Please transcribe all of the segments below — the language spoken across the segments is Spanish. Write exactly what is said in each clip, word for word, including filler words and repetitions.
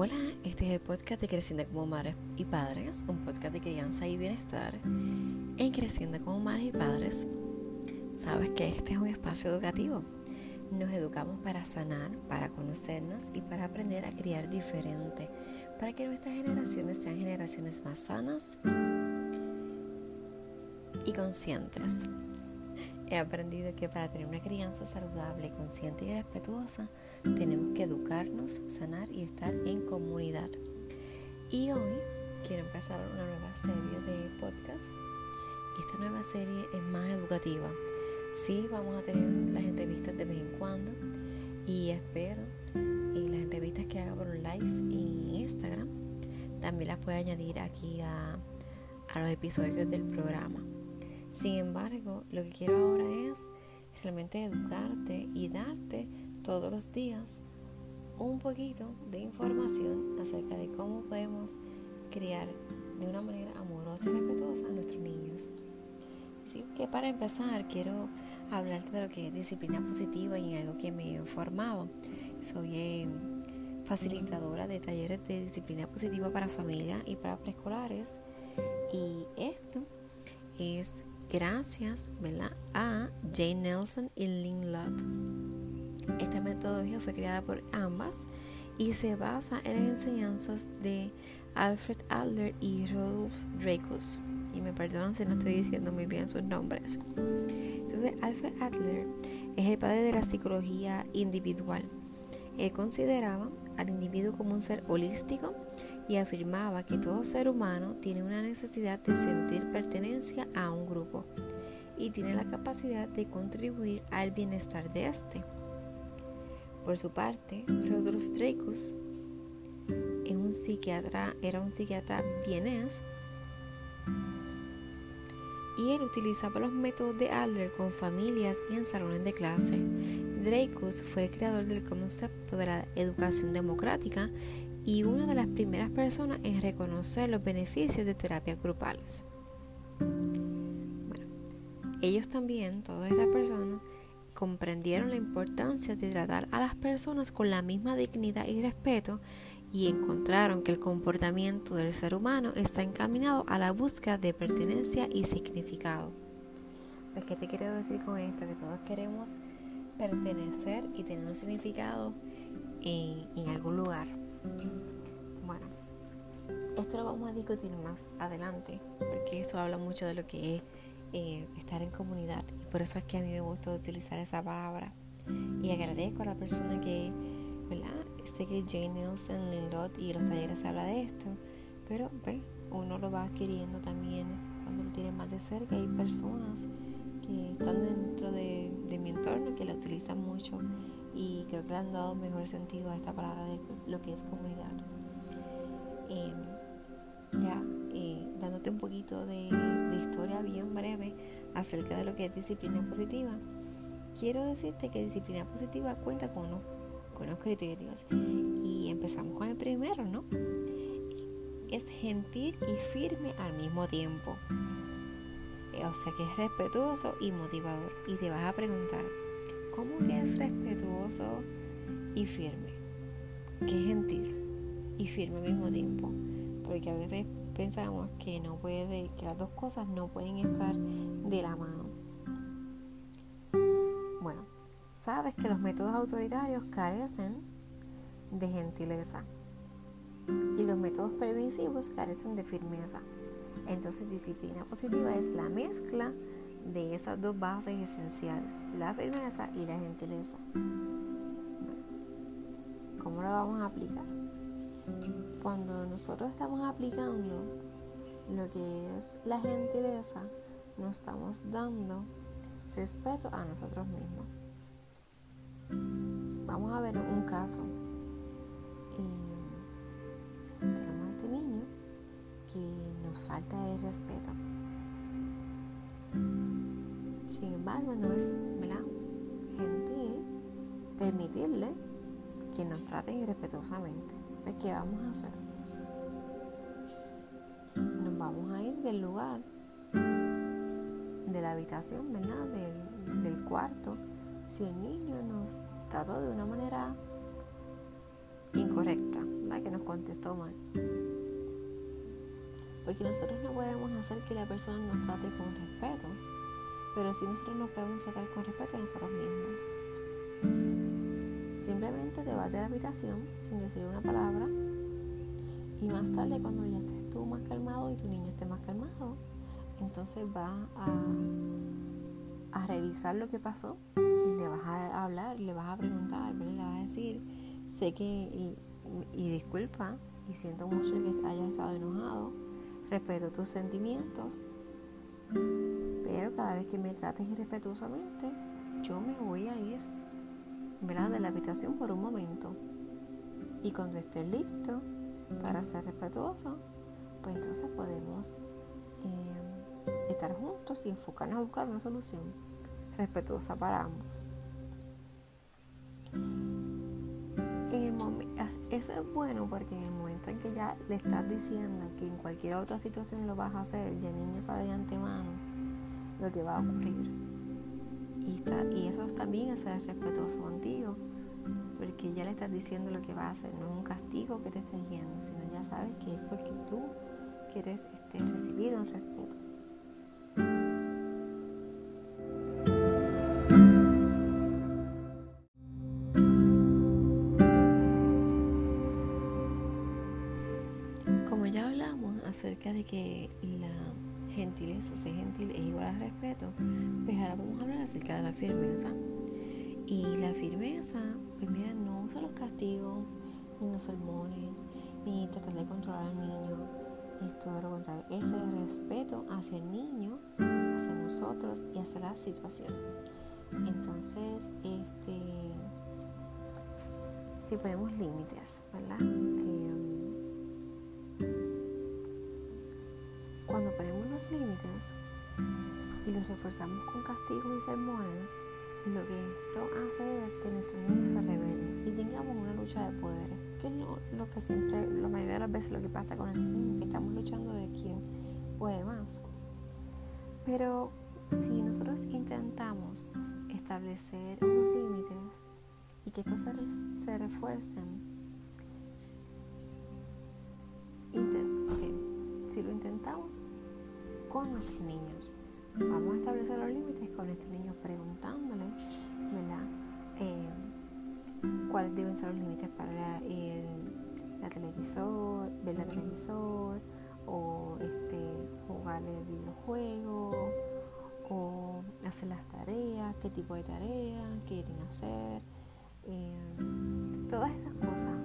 Hola, este es el podcast de Creciendo como Madres y Padres, un podcast de crianza y bienestar. En Creciendo como Madres y Padres, sabes que este es un espacio educativo. Nos educamos para sanar, para conocernos y para aprender a criar diferente, para que nuestras generaciones sean generaciones más sanas y conscientes. He aprendido que para tener una crianza saludable, consciente y respetuosa, tenemos que educarnos, sanar y estar en comunidad. Y hoy quiero empezar una nueva serie de podcasts. Esta nueva serie es más educativa. Sí, vamos a tener las entrevistas de vez en cuando y espero y las entrevistas que haga por un live en Instagram también las puedo añadir aquí a, a los episodios del programa. Sin embargo, lo que quiero ahora es realmente educarte y darte todos los días un poquito de información acerca de cómo podemos criar de una manera amorosa y respetuosa a nuestros niños. Así que para empezar quiero hablarte de lo que es disciplina positiva y algo que me he formado. Soy eh, facilitadora de talleres de disciplina positiva para familias y para preescolares, y esto es gracias, ¿verdad?, a Jane Nelson y Lynn Lott. Esta metodología fue creada por ambas y se basa en las enseñanzas de Alfred Adler y Rudolf Dreikurs. Y me perdonan si no estoy diciendo muy bien sus nombres. Entonces, Alfred Adler es el padre de la psicología individual. Él consideraba al individuo como un ser holístico y afirmaba que todo ser humano tiene una necesidad de sentir pertenencia a un grupo y tiene la capacidad de contribuir al bienestar de este. Por su parte, Rudolf Dreikurs es un psiquiatra, era un psiquiatra vienés, y él utilizaba los métodos de Adler con familias y en salones de clase. Dreikurs fue el creador del concepto de la educación democrática y una de las primeras personas en reconocer los beneficios de terapias grupales. Bueno, ellos también, todas estas personas, comprendieron la importancia de tratar a las personas con la misma dignidad y respeto y encontraron que el comportamiento del ser humano está encaminado a la búsqueda de pertenencia y significado. Pues, ¿qué te quiero decir con esto? Que todos queremos pertenecer y tener un significado en, en algún lugar. Bueno, esto lo vamos a discutir más adelante porque eso habla mucho de lo que es eh, estar en comunidad, y por eso es que a mí me gusta utilizar esa palabra, y agradezco a la persona que, ¿verdad? Sé que Jane Nelson, Lynn Lott y los talleres se habla de esto, pero pues, uno lo va adquiriendo también cuando lo tiene más de cerca. Hay personas que están dentro de, de mi entorno que la utilizan mucho y creo que le han dado mejor sentido a esta palabra de lo que es comunidad. Eh, ya eh, dándote un poquito de, de historia bien breve acerca de lo que es disciplina positiva, quiero decirte que disciplina positiva cuenta con unos, con unos criterios, y empezamos con el primero, ¿no? Es gentil y firme al mismo tiempo, o sea que es respetuoso y motivador. Y te vas a preguntar, ¿cómo que es respetuoso y firme? ¿Qué es gentil y firme al mismo tiempo? Porque a veces pensamos que no puede, que las dos cosas no pueden estar de la mano. Bueno, sabes que los métodos autoritarios carecen de gentileza y los métodos permisivos carecen de firmeza. Entonces, disciplina positiva es la mezcla de esas dos bases esenciales, la firmeza y la gentileza. Bueno, ¿cómo lo vamos a aplicar? Cuando nosotros estamos aplicando lo que es la gentileza, nos estamos dando respeto a nosotros mismos. Vamos a ver un caso. Eh, tenemos a este niño que nos falta el respeto. Sin embargo, no es, ¿verdad?, gentil permitirle que nos traten irrespetuosamente. Pues, ¿qué vamos a hacer? Nos vamos a ir del lugar, de la habitación, ¿verdad?, del, del cuarto, si el niño nos trató de una manera incorrecta, ¿verdad?, que nos contestó mal. Porque nosotros no podemos hacer que la persona nos trate con respeto, pero sí nosotros nos podemos tratar con respeto a nosotros mismos. Simplemente te vas de la habitación sin decir una palabra, y más tarde, cuando ya estés tú más calmado y tu niño esté más calmado, entonces vas a, a revisar lo que pasó y le vas a hablar, le vas a preguntar, ¿verdad? Le vas a decir, sé que, y, y disculpa, y siento mucho que hayas estado enojado, respeto tus sentimientos, pero cada vez que me trates irrespetuosamente, yo me voy a ir, ¿verdad?, de la habitación por un momento. Y cuando estés listo para ser respetuoso, pues entonces podemos eh, estar juntos y enfocarnos a buscar una solución respetuosa para ambos. En el momen- eso es bueno porque en el momento en que ya le estás diciendo que en cualquier otra situación lo vas a hacer, ya el niño sabe de antemano lo que va a ocurrir. Y, está, y eso también es ser respetuoso contigo, porque ya le estás diciendo lo que va a hacer. No es un castigo que te estés yendo, sino ya sabes que es porque tú quieres este, recibir un respeto. Como ya hablamos acerca de que la gentileza, ser gentil es igual a respeto, pues ahora vamos a hablar acerca de la firmeza. Y la firmeza, pues mira, no usa los castigos, ni los sermones, ni tratar de controlar al niño. Es todo lo contrario, es el respeto hacia el niño, hacia nosotros y hacia la situación. Entonces, este, si ponemos límites, ¿verdad? Eh, cuando ponemos los límites y los reforzamos con castigos y sermones, lo que esto hace es que nuestros niños se rebelen y tengamos una lucha de poderes, que es lo, lo que siempre, la mayoría de las veces lo que pasa con nuestros niños, que estamos luchando de quién puede más. Pero si nosotros intentamos establecer unos límites y que estos se, se refuercen, intent, okay, si lo intentamos con nuestros niños, vamos a establecer los límites con nuestros niños preguntándole, ¿verdad?, Eh, cuáles deben ser los límites para el, la televisor, ver la televisor, o este, jugar el videojuego, o hacer las tareas, qué tipo de tareas quieren hacer, eh, todas esas cosas.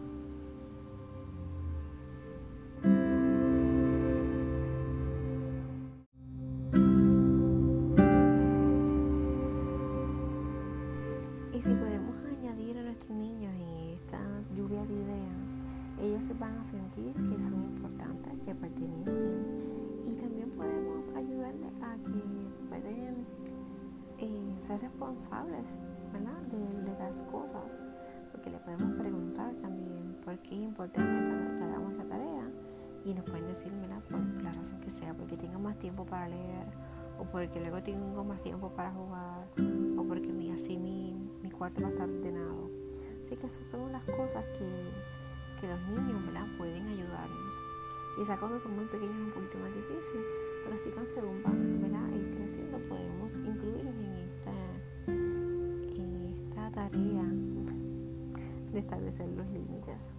Y si podemos añadir a nuestros niños en esta lluvia de ideas, ellos se van a sentir que son importantes, que pertenecen, y también podemos ayudarles a que pueden eh, ser responsables, ¿verdad?, de, de las cosas, porque le podemos preguntar también por qué es importante que hagamos la tarea y nos pueden decir, ¿verdad?, por la razón que sea, porque tengo más tiempo para leer, o porque luego tengo más tiempo para jugar, o porque mi, así mi, mi cuarto va a estar ordenado. Así que esas son las cosas que, que los niños, ¿verdad?, pueden ayudarnos. Quizá cuando son muy pequeños es un poquito más difícil, pero sí con según van, ¿verdad?, ir creciendo podemos incluirlos en esta, en esta tarea de establecer los límites.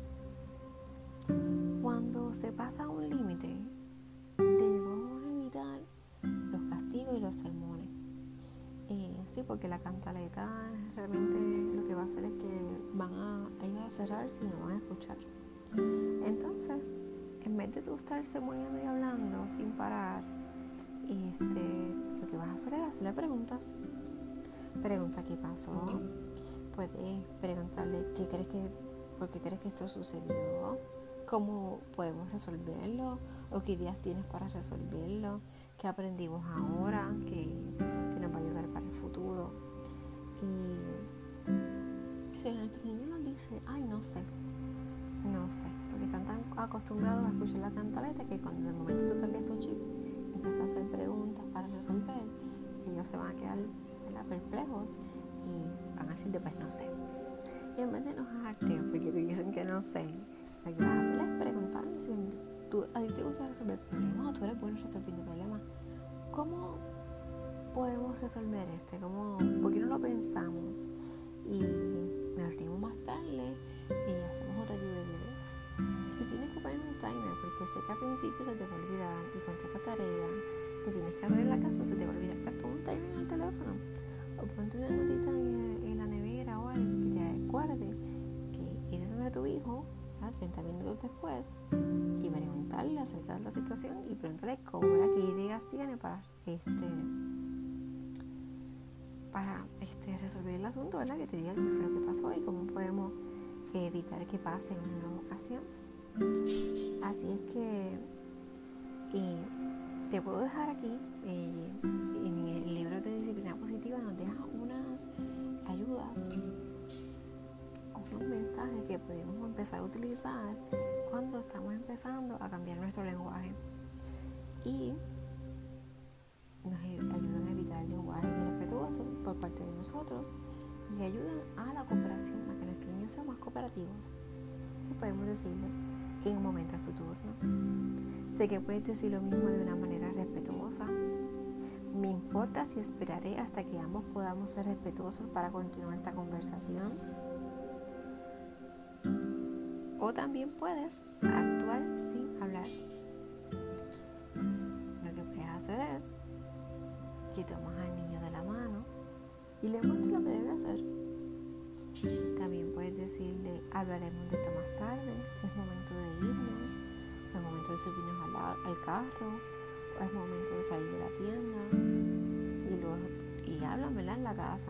Cuando se pasa un límite, debemos evitar los castigos y los sermones. Eh, sí, porque la cantaleta realmente lo que va a hacer es que van a, ellos a cerrarse y no van a escuchar. Entonces, en vez de tú estar sermoneando y hablando sin parar, este, lo que vas a hacer es hacerle preguntas. Pregunta qué pasó. Puedes preguntarle qué crees que, por qué crees que esto sucedió, cómo podemos resolverlo, o qué ideas tienes para resolverlo, qué aprendimos ahora que, que nos va a ayudar para el futuro. Y si nuestro niño nos dice, ay, no sé, no sé, porque están tan acostumbrados a escuchar la cantaleta que cuando de momento tú cambias tu chip y empiezas a hacer preguntas para resolver, ellos se van a quedar, ¿verdad?, perplejos y van a decirte, pues no sé. Y en vez de enojarte porque te dicen que no sé, lo que vas a hacer es preguntarle si tú, a ti te gusta resolver problemas o tú eres bueno resolviendo problemas. ¿Cómo podemos resolver este? ¿Cómo, ¿Por qué no lo pensamos? Y nos reunimos más tarde y hacemos otra lluvia de ideas. Y tienes que poner un timer porque sé que al principio se te va a olvidar y con tanta tarea que tienes que hacer en la casa se te va a olvidar. Pues pon un timer en el teléfono o ponte una notita en, en la nevera o algo que te acuerde que eres de tu hijo a treinta minutos después y preguntarle acerca de la situación y preguntarle cómo era, qué ideas tiene para este para este resolver el asunto, ¿verdad? Que te diga qué fue lo que pasó y cómo podemos eh, evitar que pase en una nueva ocasión. Así es que eh, te puedo dejar aquí eh, en el libro de disciplina positiva nos deja unas ayudas, unos mensajes que podemos empezar a utilizar cuando estamos empezando a cambiar nuestro lenguaje y nos ayudan a evitar el lenguaje irrespetuoso por parte de nosotros y ayudan a la cooperación, a que nuestros niños sean más cooperativos. Y podemos decirle, en un momento es tu turno. Sé que puedes decir lo mismo de una manera respetuosa. Me importa si esperaré hasta que ambos podamos ser respetuosos para continuar esta conversación. O también puedes actuar sin hablar. Lo que puedes hacer es que tomas al niño de la mano y le muestras lo que debe hacer. También puedes decirle, hablaremos de esto más tarde, es momento de irnos, es momento de subirnos al, al carro, o es momento de salir de la tienda y luego y hablan, ¿verdad? En la casa.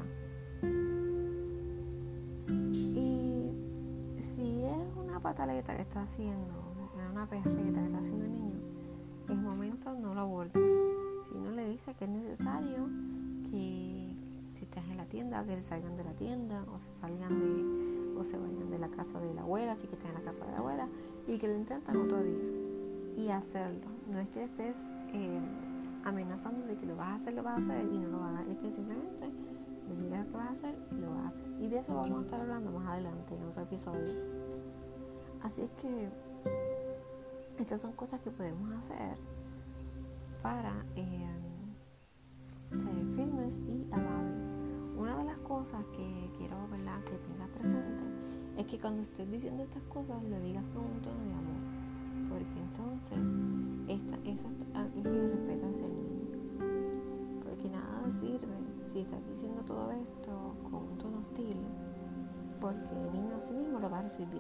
Y si es una pataleta que está haciendo, una perreta que está haciendo el niño, en momento no lo abordes, sino le dices que es necesario que si estás en la tienda, que se salgan de la tienda o se salgan de o se vayan de la casa de la abuela, si que están en la casa de la abuela, y que lo intentan otro día y hacerlo. No es que estés eh, amenazando de que lo vas a hacer, lo vas a hacer y no lo hagas, es que simplemente le digas lo que vas a hacer y lo haces. Y de eso vamos a estar hablando más adelante en otro episodio. Así es que estas son cosas que podemos hacer para eh, ser firmes y amables. Una de las cosas que quiero, ¿verdad?, que tengas presente es que cuando estés diciendo estas cosas lo digas con un tono de amor, porque entonces esta, eso es el respeto hacia el niño, porque nada sirve si estás diciendo todo esto con un tono hostil, porque el niño a sí mismo lo va a recibir.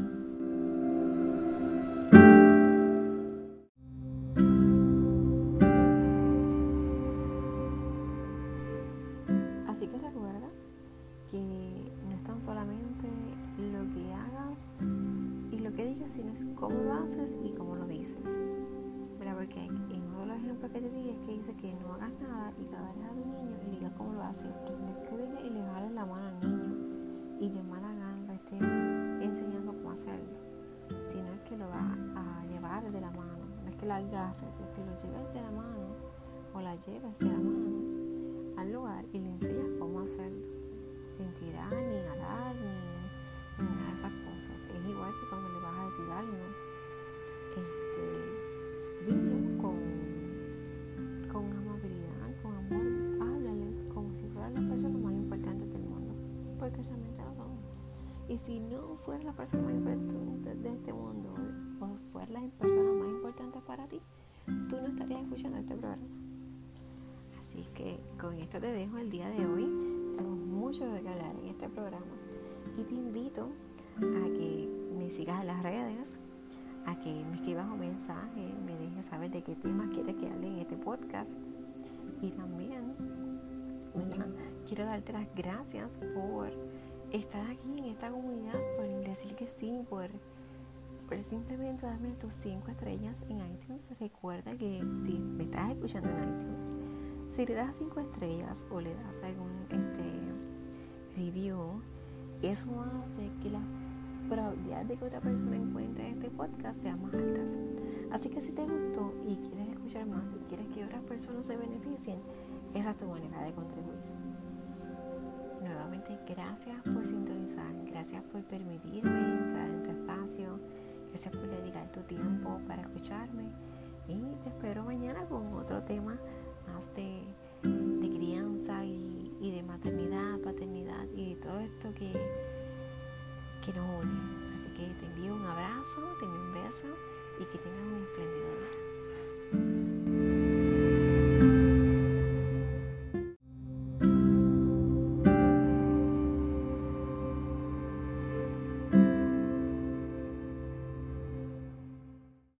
Así que recuerda que no es tan solamente lo que hagas y lo que digas, sino es cómo lo haces y cómo lo dices. Mira, porque en uno de los ejemplos que te di es que dice que no hagas nada y que agarres a tu niño y le digas cómo lo haces, pero no es que venga y le jales la mano al niño y de mala gana lo esté enseñando cómo hacerlo, sino es que lo vas a llevar de la mano, no es que la agarres, es que lo lleves de la mano o la lleves de la mano al lugar y le enseñas cómo hacerlo, sin tirar, ni jalar, ni, ni nada de esas cosas. Es igual que cuando le vas a decir algo, este, dilo con, con amabilidad, con amor, háblales como si fueran las personas más importantes del mundo, porque realmente lo son. Y si no fueran las personas más importantes de este mundo, o fueran las personas más importantes para ti, tú no estarías escuchando este programa. Así que con esto te dejo el día de hoy. Tenemos mucho de qué hablar en este programa y te invito a que me sigas en las redes, a que me escribas un mensaje, me dejes saber de qué temas quieres que hable en este podcast. Y también, ¿verdad?, quiero darte las gracias por estar aquí en esta comunidad, por decir que sí, por, por simplemente darme tus cinco estrellas en iTunes. Recuerda que si me estás escuchando en iTunes, si le das cinco estrellas o le das algún este, review, eso hace que la probabilidad de que otra persona encuentre este podcast sea más altas. Así que si te gustó y quieres escuchar más y quieres que otras personas se beneficien, esa es tu manera de contribuir. Nuevamente, gracias por sintonizar. Gracias Gracias por permitirme entrar en tu espacio. Gracias por dedicar tu tiempo para escucharme. Y te espero mañana con otro tema más de